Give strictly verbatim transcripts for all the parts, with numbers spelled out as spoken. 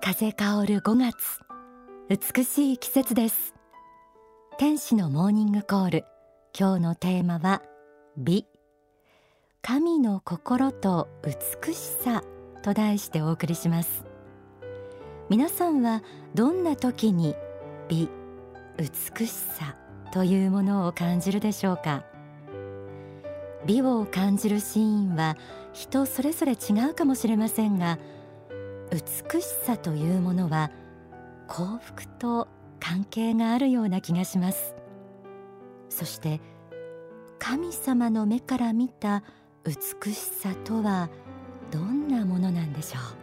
風香るごがつ、美しい季節です。天使のモーニングコール、今日のテーマは美、神の心と美しさと題してお送りします。皆さんはどんな時に美、美しさというものを感じるでしょうか。美を感じるシーンは人それぞれ違うかもしれませんが、美しさというものは幸福と関係があるような気がします。そして神様の目から見た美しさとはどんなものなんでしょう。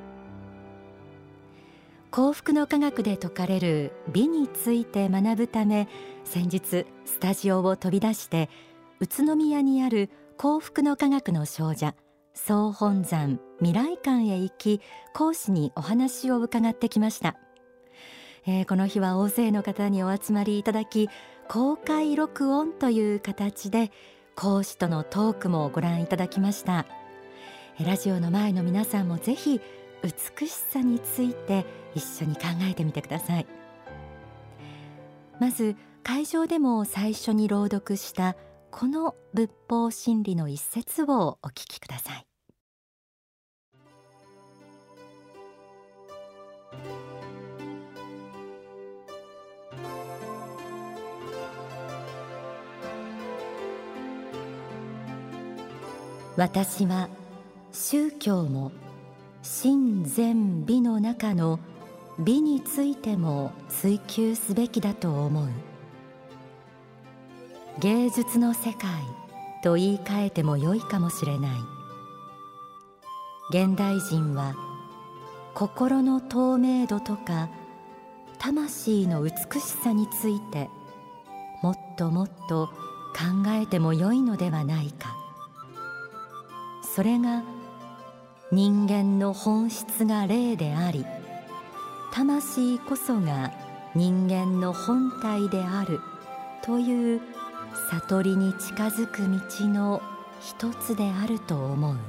幸福の科学で説かれる美について学ぶため、先日スタジオを飛び出して宇都宮にある幸福の科学の少女総本山未来館へ行き、講師にお話を伺ってきました。えー、この日は大勢の方にお集まりいただき、公開録音という形で講師とのトークもご覧いただきました。ラジオの前の皆さんもぜひ美しさについて一緒に考えてみてください。まず会場でも最初に朗読したこの仏法真理の一節をお聞きください。私は宗教も真善美の中の美についても追求すべきだと思う。芸術の世界と言い換えても良いかもしれない。現代人は心の透明度とか魂の美しさについてもっともっと考えても良いのではないか。それが人間の本質が霊であり、魂こそが人間の本体であるという悟りに近づく道の一つであると思う。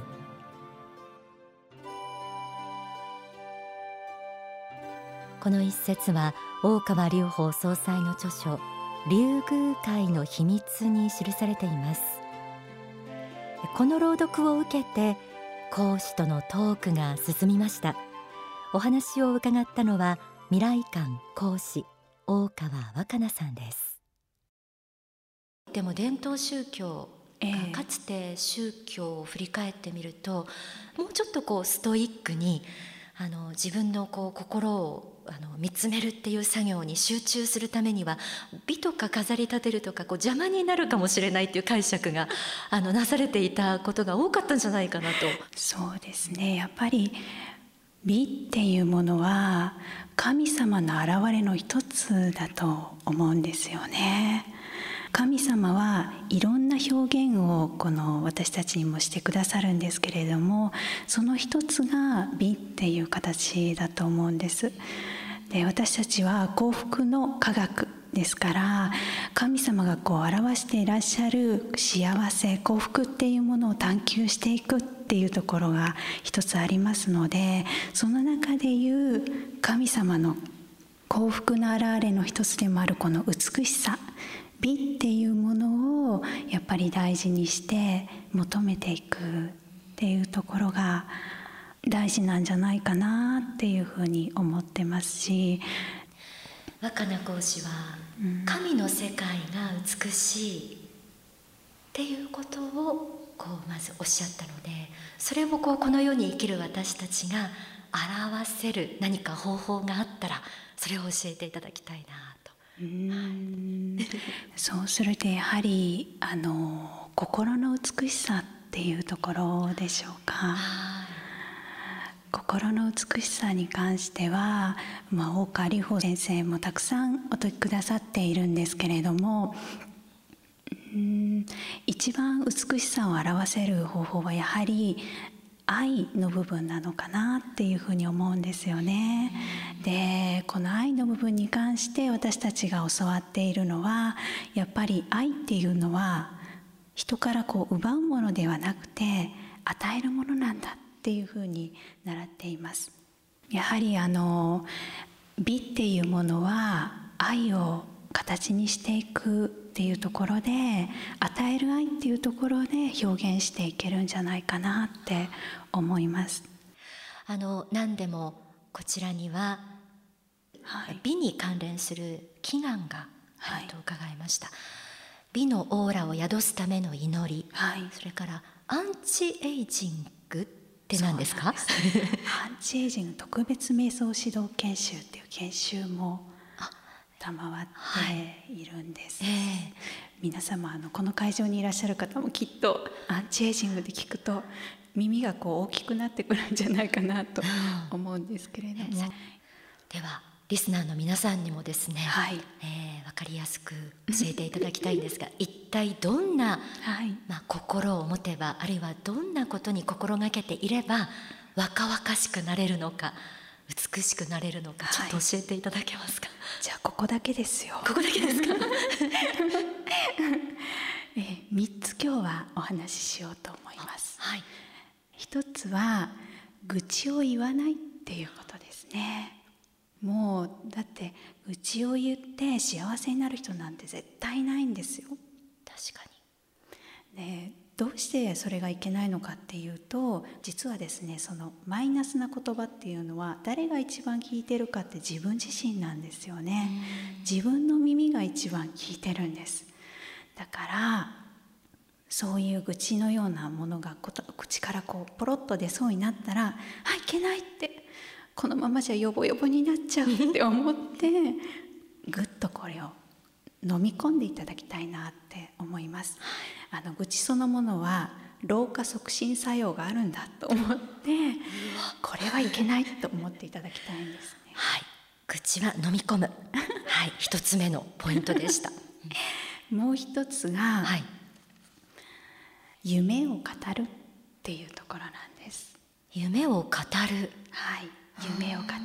この一節は大川隆法総裁の著書龍宮会の秘密に記されています。この朗読を受けて講師とのトークが進みました。お話を伺ったのは未来館講師大川若菜さんです。でも伝統宗教がかつて宗教を振り返ってみると、えー、もうちょっとこうストイックにあの自分のこう心をあの見つめるっていう作業に集中するためには美とか飾り立てるとかこう邪魔になるかもしれないっていう解釈があのなされていたことが多かったんじゃないかなと。 そうですね、やっぱり美っていうものは神様の現れの一つだと思うんですよね。神様はいろんな表現をこの私たちにもしてくださるんですけれども、その一つが美っていう形だと思うんです。で、私たちは幸福の科学ですから、神様がこう表していらっしゃる幸せ、幸福っていうものを探求していくっていうところが一つありますので、その中でいう神様の幸福の現れの一つでもあるこの美しさ、美っていうものをやっぱり大事にして求めていくっていうところが大事なんじゃないかなっていうふうに思ってますし、 若菜講師は神の世界が美しいっていうことをこうまずおっしゃったので、それをこうこの世に生きる私たちが表せる何か方法があったらそれを教えていただきたいなと。 うーんそうするとやはりあの心の美しさっていうところでしょうか。心の美しさに関しては、まあ、大川隆法先生もたくさんお説きくださっているんですけれども、うーん一番美しさを表せる方法はやはり愛の部分なのかなっていうふうに思うんですよね。で、この愛の部分に関して私たちが教わっているのは、やっぱり愛っていうのは人からこう奪うものではなくて与えるものなんだっていうふうに習っています。 やはりあの美っていうものは愛を形にしていくっていうところで、与える愛っていうところで表現していけるんじゃないかなって思います。 あの何でもこちらには、はい、美に関連する祈願があると伺いました、はい、美のオーラを宿すための祈り、はい、それからアンチエイジングって何ですか？ ですアンチエイジング特別瞑想指導研修っていう研修も賜っているんです、はい、えー、皆様あのこの会場にいらっしゃる方もきっとアンチエイジングで聞くと耳がこう大きくなってくるんじゃないかなと思うんですけれども、うん、ではリスナーの皆さんにもですね、はい、えー、分かりやすく教えていただきたいんですが一体どんな、はい、まあ、心を持てば、あるいはどんなことに心がけていれば若々しくなれるのか、美しくなれるのか、ちょっと教えていただけますか？はい、 じゃあここだけですよ。 ここだけですか？ えー、みっつ今日はお話ししようと思います。 はい、 一つは愚痴を言わないっていうことですね。もうだって愚痴を言って幸せになる人なんて絶対ないんですよ。 確かに。で、どうしてそれがいけないのかっていうと、実はですね、そのマイナスな言葉っていうのは誰が一番聞いてるかって自分自身なんですよね。自分の耳が一番聞いてるんです。だからそういう愚痴のようなものが口からこうポロッと出そうになったら、あ、いけないって、このままじゃヨボヨボになっちゃうって思ってぐっとこれを飲み込んでいただきたいなって思います。あの愚痴そのものは老化促進作用があるんだと思って、これはいけないと思っていただきたいんですね。 はい、愚痴は飲み込むはい、一つ目のポイントでしたもう一つが、はい、夢を語るっていうところなんです。 夢を語る、 はい、夢を語る。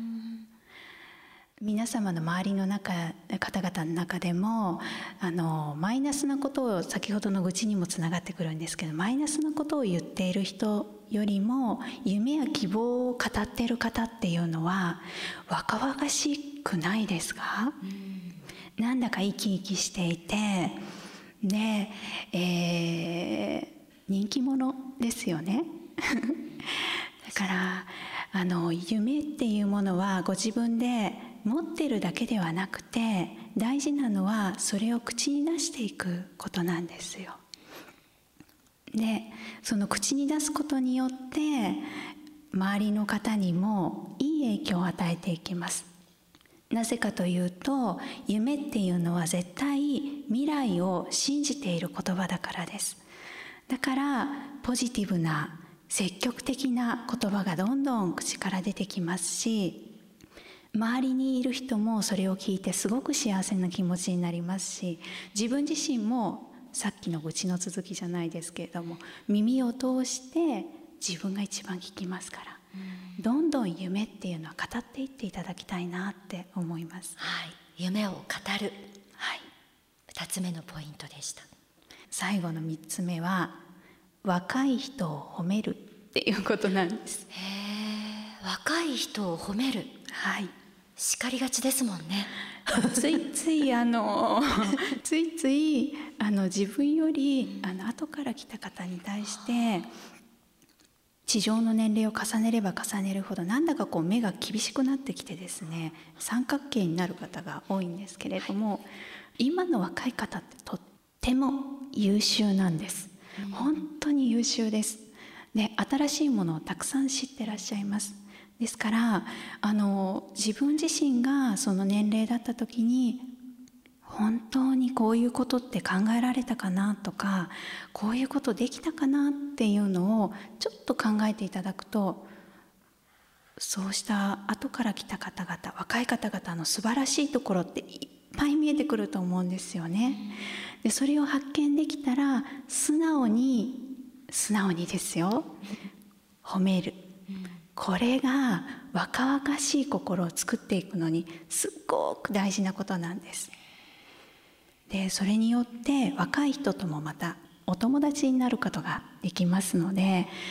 皆様の周りの中方々の中でもあのマイナスなことを、先ほどの愚痴にもつながってくるんですけど、マイナスなことを言っている人よりも夢や希望を語っている方っていうのは若々しくないですか？うん、なんだか生き生きしていて、で、えー、人気者ですよねだからあの夢っていうものはご自分で持ってるだけではなくて、大事なのはそれを口に出していくことなんですよ。で、その口に出すことによって周りの方にもいい影響を与えていきます。なぜかというと、夢っていうのは絶対未来を信じている言葉だからです。だからポジティブな積極的な言葉がどんどん口から出てきますし、周りにいる人もそれを聞いてすごく幸せな気持ちになりますし、自分自身もさっきの愚痴の続きじゃないですけれども、耳を通して自分が一番聞きますから、うん、どんどん夢っていうのは語っていっていただきたいなって思います。 はい、夢を語る、はい、ふたつめのポイントでした。 最後のみっつめは若い人を褒めるっていうことなんです。 へー、若い人を褒める、 はい、 叱りがちですもんねついついあのついついあの自分よりあの後から来た方に対して地上の年齢を重ねれば重ねるほどなんだかこう目が厳しくなってきてですね、三角形になる方が多いんですけれども、今の若い方ってとっても優秀なんです。本当に優秀です。で、新しいものをたくさん知ってらっしゃいます。ですからあの自分自身がその年齢だった時に本当にこういうことって考えられたかなとか、こういうことできたかなっていうのをちょっと考えていただくと、そうした後から来た方々、若い方々の素晴らしいところっていっぱい見えてくると思うんですよね。で、それを発見できたら素直に素直にですよ褒める、これが若々しい心を作っていくのにすっごく大事なことなんです。で、それによって若い人ともまたお友達になることができますので、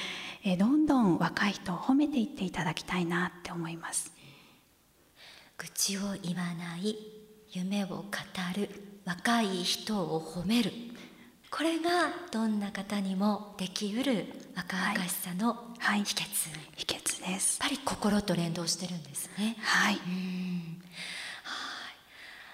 えどんどん若い人を褒めていっていただきたいなって思います。 愚痴を言わない、夢を語る、若い人を褒める、これがどんな方にもできうる若々しさの秘訣、はいはい、 秘訣です。 やっぱり心と連動してるんですね。 はい、 うん、はい、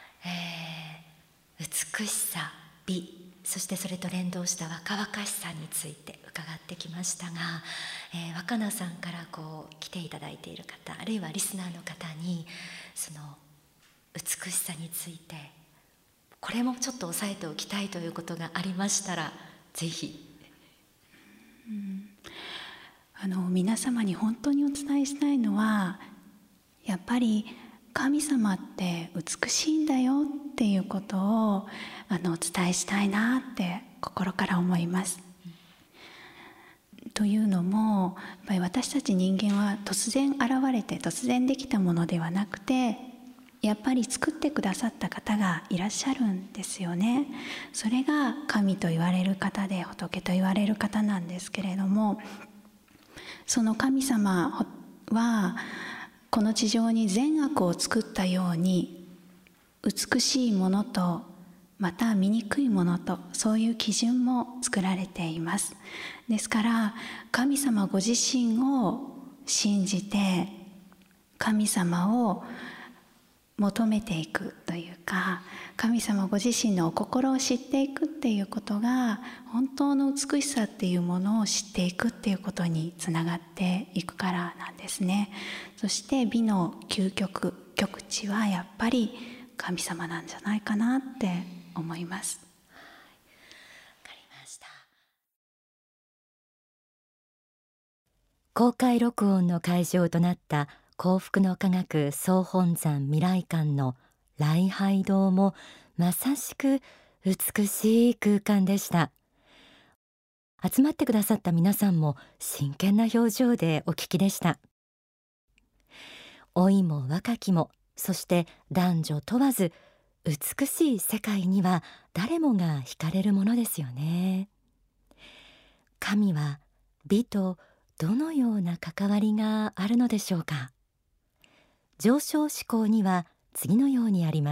えー、美しさ、美、そしてそれと連動した若々しさについて伺ってきましたが、えー、若菜さんからこう来ていただいている方、あるいはリスナーの方にその美しさについてこれもちょっと押さえておきたいということがありましたらぜひ。 うん、あの皆様に本当にお伝えしたいのは、やっぱり神様って美しいんだよっていうことをあのお伝えしたいなって心から思います。うん、というのもやっぱり私たち人間は突然現れて突然できたものではなくて、やっぱり作ってくださった方がいらっしゃるんですよね。それが神と言われる方で仏と言われる方なんですけれども、その神様はこの地上に善悪を作ったように、美しいものとまた醜いものと、そういう基準も作られています。ですから神様ご自身を信じて神様を求めていくというか、神様ご自身のお心を知っていくっていうことが、本当の美しさっていうものを知っていくっていうことにつながっていくからなんですね。そして美の究極極地はやっぱり神様なんじゃないかなって思います。 わかりました。公開録音の会場となった幸福の科学総本山未来館の礼拝堂もまさしく美しい空間でした。集まってくださった皆さんも真剣な表情でお聞きでした。老いも若きも、そして男女問わず美しい世界には誰もが惹かれるものですよね。神は美とどのような関わりがあるのでしょうか。上昇志向には次のようにあります。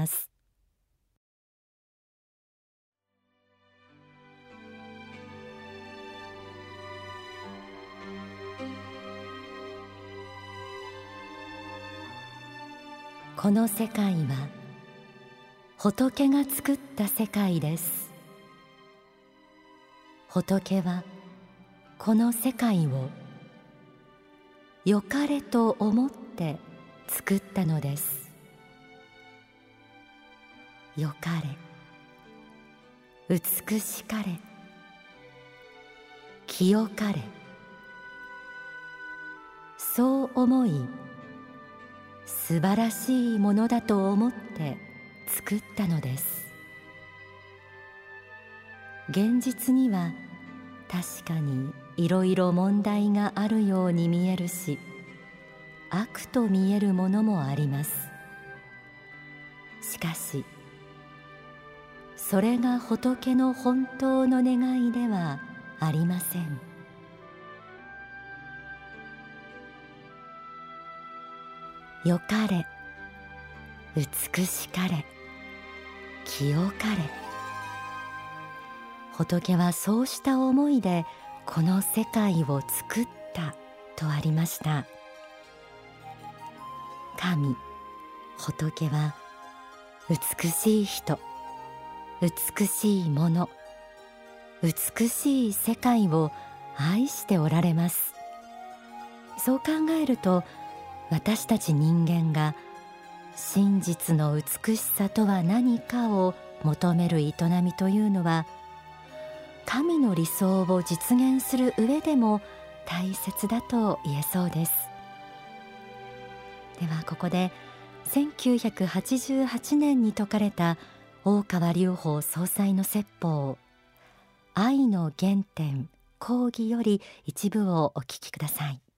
この世界は仏が作った世界です。仏はこの世界を良かれと思って作ったのです。良かれ、美しかれ、清かれ、そう思い素晴らしいものだと思って作ったのです。現実には確かにいろいろ問題があるように見えるし、悪と見えるものもあります。しかしそれが仏の本当の願いではありません。良かれ、美しかれ、清かれ、仏はそうした思いでこの世界を作ったとありました。神、仏は美しい人、美しいもの、美しい世界を愛しておられます。そう考えると、私たち人間が真実の美しさとは何かを求める営みというのは、神の理想を実現する上でも大切だと言えそうです。ではここでせんきゅうひゃくはちじゅうはちねんに説かれた大川隆法総裁の説法、愛の原点講義より一部をお聞きください。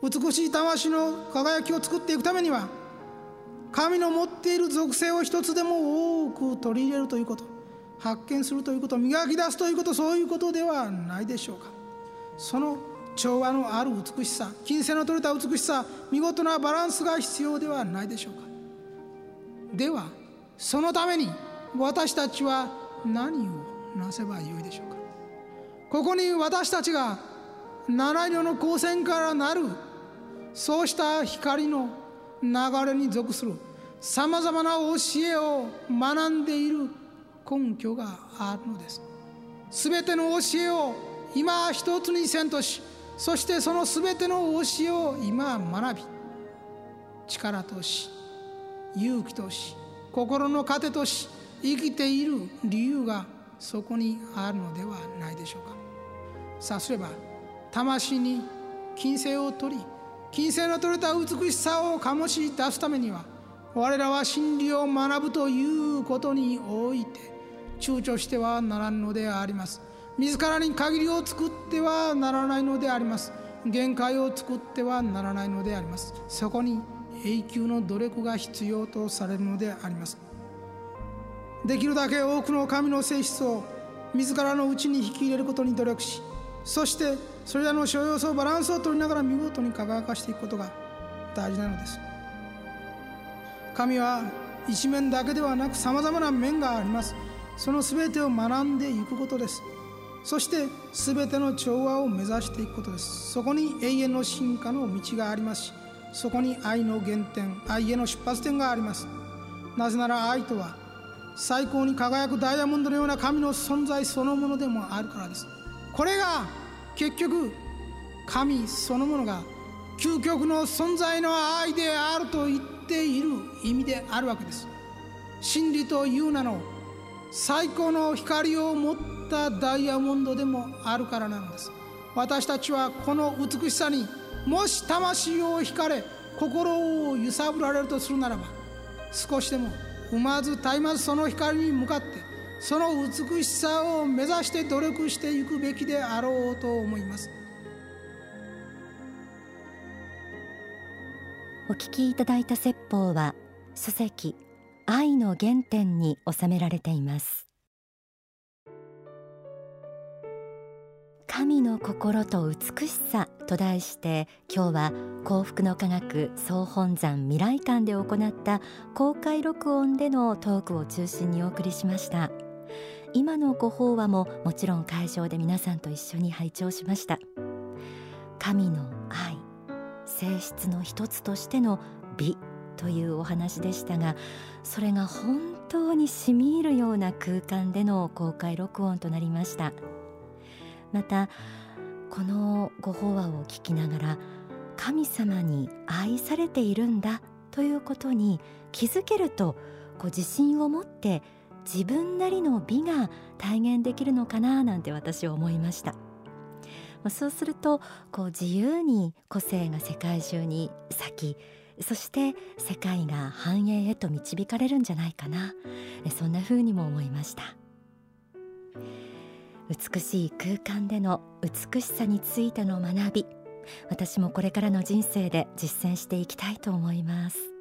美しい魂の輝きを作っていくためには、神の持っている属性を一つでも多く取り入れるということ、発見するということ、磨き出すということ、そういうことではないでしょうか。その調和のある美しさ、均整の取れた美しさ、見事なバランスが必要ではないでしょうか。ではそのために私たちは何をなせばよいでしょうか。ここに私たちが七色の光線からなるそうした光の流れに属するさまざまな教えを学んでいる根拠があるのです。すべての教えを今一つにせんとし、そしてそのすべての教えを今学び、力とし、勇気とし、心の糧とし、生きている理由がそこにあるのではないでしょうか。さすれば魂に均整を取り、均整の取れた美しさを醸し出すためには、我らは真理を学ぶということにおいて躊躇してはならんのであります。自らに限りを作ってはならないのであります。限界を作ってはならないのであります。そこに永久の努力が必要とされるのであります。できるだけ多くの神の性質を自らの内に引き入れることに努力し、そしてそれらの諸要素バランスを取りながら見事に輝かしていくことが大事なのです。神は一面だけではなくさまざまな面があります。そのすべてを学んでいくことです。そしてすべての調和を目指していくことです。そこに永遠の進化の道がありますし、そこに愛の原点、愛への出発点があります。なぜなら愛とは最高に輝くダイヤモンドのような神の存在そのものでもあるからです。これが結局神そのものが究極の存在の愛であると言っている意味であるわけです。真理という名の最高の光を持ったダイヤモンドでもあるからなのです。私たちはこの美しさにもし魂を惹かれ心を揺さぶられるとするならば、少しでも踏まず絶えまずその光に向かってその美しさを目指して努力していくべきであろうと思います。 お聞きいただいた説法は書籍愛の原点に収められています。神の心と美しさと題して、今日は幸福の科学総本山未来館で行った公開録音でのトークを中心にお送りしました。今のご法話ももちろん会場で皆さんと一緒に拝聴しました。神の愛、性質の一つとしての美というお話でしたが、それが本当に染み入るような空間での公開録音となりました。またこのご法話を聞きながら、神様に愛されているんだということに気づけると、こう自信を持って自分なりの美が体現できるのかななんて私は思いました。そうするとこう自由に個性が世界中に咲き、そして世界が繁栄へと導かれるんじゃないかな、そんな風にも思いました。美しい空間での美しさについての学び、私もこれからの人生で実践していきたいと思います。